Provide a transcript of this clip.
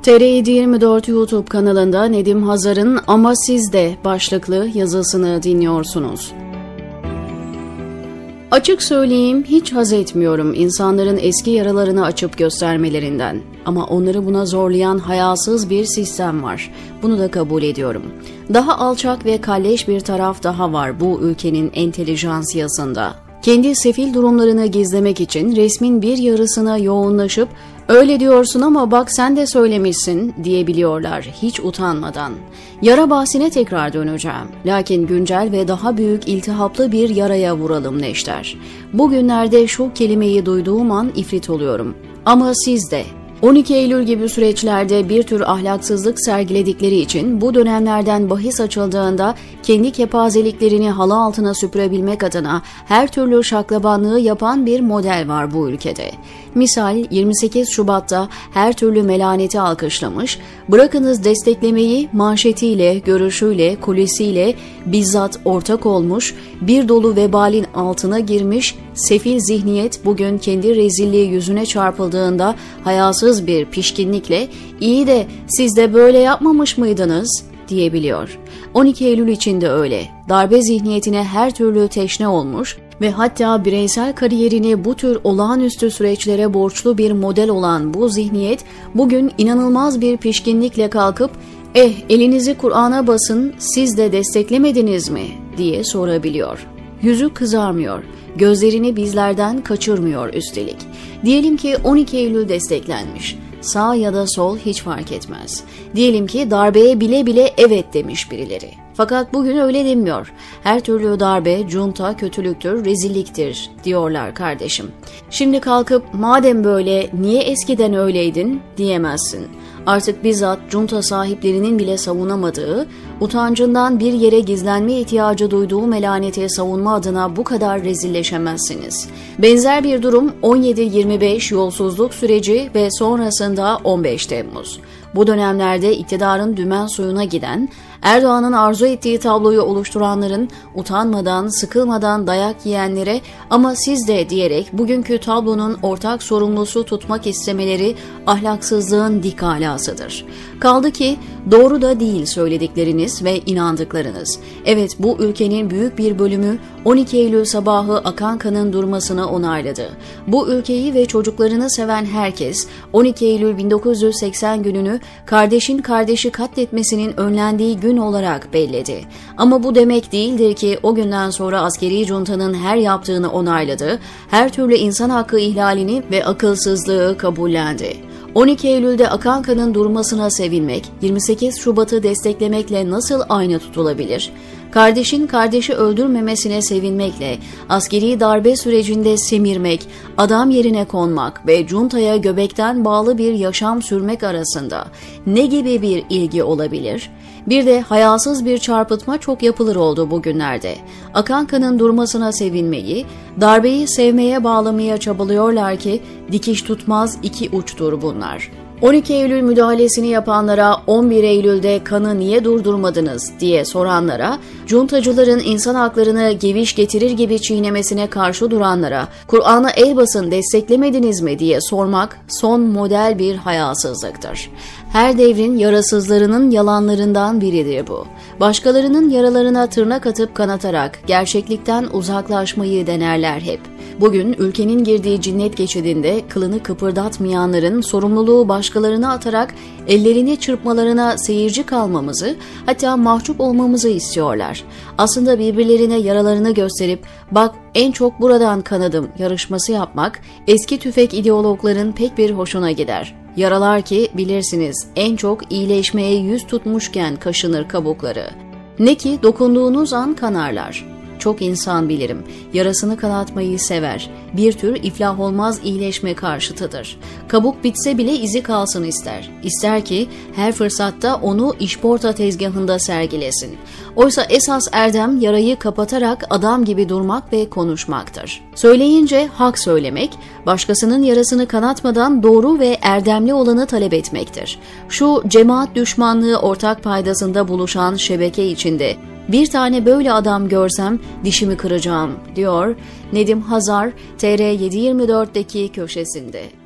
TR724 YouTube kanalında Nedim Hazar'ın "Ama Siz de" başlıklı yazısını dinliyorsunuz. Açık söyleyeyim, hiç haz etmiyorum insanların eski yaralarını açıp göstermelerinden. Ama onları buna zorlayan hayasız bir sistem var. Bunu da kabul ediyorum. Daha alçak ve kalleş bir taraf daha var bu ülkenin entelijansiyasında. Kendi sefil durumlarını gizlemek için resmin bir yarısına yoğunlaşıp "Öyle diyorsun ama bak sen de söylemişsin" diyebiliyorlar hiç utanmadan. Yara bahsine tekrar döneceğim. Lakin güncel ve daha büyük iltihaplı bir yaraya vuralım neşter. Bugünlerde şu kelimeyi duyduğum an ifrit oluyorum. Ama siz de. 12 Eylül gibi süreçlerde bir tür ahlaksızlık sergiledikleri için bu dönemlerden bahis açıldığında kendi kepazeliklerini halı altına süpürebilmek adına her türlü şaklabanlığı yapan bir model var bu ülkede. Misal 28 Şubat'ta her türlü melaneti alkışlamış, bırakınız desteklemeyi manşetiyle, görüşüyle, kulisiyle bizzat ortak olmuş, bir dolu vebalin altına girmiş, sefil zihniyet bugün kendi rezilliği yüzüne çarpıldığında hayasız bir pişkinlikle "İyi de siz de böyle yapmamış mıydınız?" diyebiliyor. 12 Eylül için de öyle. Darbe zihniyetine her türlü teşne olmuş ve hatta bireysel kariyerini bu tür olağanüstü süreçlere borçlu bir model olan bu zihniyet bugün inanılmaz bir pişkinlikle kalkıp "Elinizi Kur'an'a basın, siz de desteklemediniz mi?" diye sorabiliyor. Yüzü kızarmıyor, gözlerini bizlerden kaçırmıyor üstelik. Diyelim ki 12 Eylül desteklenmiş. Sağ ya da sol hiç fark etmez. Diyelim ki darbeye bile bile evet demiş birileri. Fakat bugün öyle demiyor. Her türlü darbe, junta kötülüktür, rezilliktir diyorlar kardeşim. Şimdi kalkıp "Madem böyle niye eskiden öyleydin?" diyemezsin. Artık bizzat junta sahiplerinin bile savunamadığı, utancından bir yere gizlenme ihtiyacı duyduğu melaneti savunma adına bu kadar rezilleşemezsiniz. Benzer bir durum 17-25 yolsuzluk süreci ve sonrasında 15 Temmuz. Bu dönemlerde iktidarın dümen suyuna giden, Erdoğan'ın arzu ettiği tabloyu oluşturanların utanmadan, sıkılmadan dayak yiyenlere "Ama siz de" diyerek bugünkü tablonun ortak sorumlusu tutmak istemeleri ahlaksızlığın dik alasıdır. Kaldı ki doğru da değil söyledikleriniz ve inandıklarınız. Evet, bu ülkenin büyük bir bölümü 12 Eylül sabahı akan kanın durmasını onayladı. Bu ülkeyi ve çocuklarını seven herkes 12 Eylül 1980 gününü kardeşin kardeşi katletmesinin önlendiği gün olarak belledi. Ama bu demek değildir ki o günden sonra askeri juntanın her yaptığını onayladı, her türlü insan hakkı ihlalini ve akılsızlığı kabullendi. 12 Eylül'de akan kanın durmasına sevinmek, 28 Şubat'ı desteklemekle nasıl aynı tutulabilir? Kardeşin kardeşi öldürmemesine sevinmekle, askeri darbe sürecinde semirmek, adam yerine konmak ve juntaya göbekten bağlı bir yaşam sürmek arasında ne gibi bir ilgi olabilir? Bir de hayasız bir çarpıtma çok yapılır oldu bugünlerde. Akan kanın durmasına sevinmeyi, darbeyi sevmeye bağlamaya çabalıyorlar ki dikiş tutmaz iki uçtur bunlar. 12 Eylül müdahalesini yapanlara, 11 Eylül'de kanı niye durdurmadınız diye soranlara, cuntacıların insan haklarını geviş getirir gibi çiğnemesine karşı duranlara, Kur'an'a el basın desteklemediniz mi diye sormak son model bir hayasızlıktır. Her devrin yarasızlarının yalanlarından biridir bu. Başkalarının yaralarına tırnak atıp kanatarak gerçeklikten uzaklaşmayı denerler hep. Bugün ülkenin girdiği cinnet geçidinde kılını kıpırdatmayanların sorumluluğu başkalarına atarak ellerini çırpmalarına seyirci kalmamızı, hatta mahcup olmamızı istiyorlar. Aslında birbirlerine yaralarını gösterip "Bak en çok buradan kanadım" yarışması yapmak eski tüfek ideologların pek bir hoşuna gider. Yaralar ki bilirsiniz en çok iyileşmeye yüz tutmuşken kaşınır kabukları. Ne ki dokunduğunuz an kanarlar. Çok insan bilirim, yarasını kanatmayı sever, bir tür iflah olmaz iyileşme karşıtıdır. Kabuk bitse bile izi kalsın ister. İster ki her fırsatta onu işporta tezgahında sergilesin. Oysa esas erdem yarayı kapatarak adam gibi durmak ve konuşmaktır. Söyleyince hak söylemek, başkasının yarasını kanatmadan doğru ve erdemli olanı talep etmektir. Şu cemaat düşmanlığı ortak paydasında buluşan şebeke içinde "Bir tane böyle adam görsem dişimi kıracağım" diyor Nedim Hazar TR724'deki köşesinde.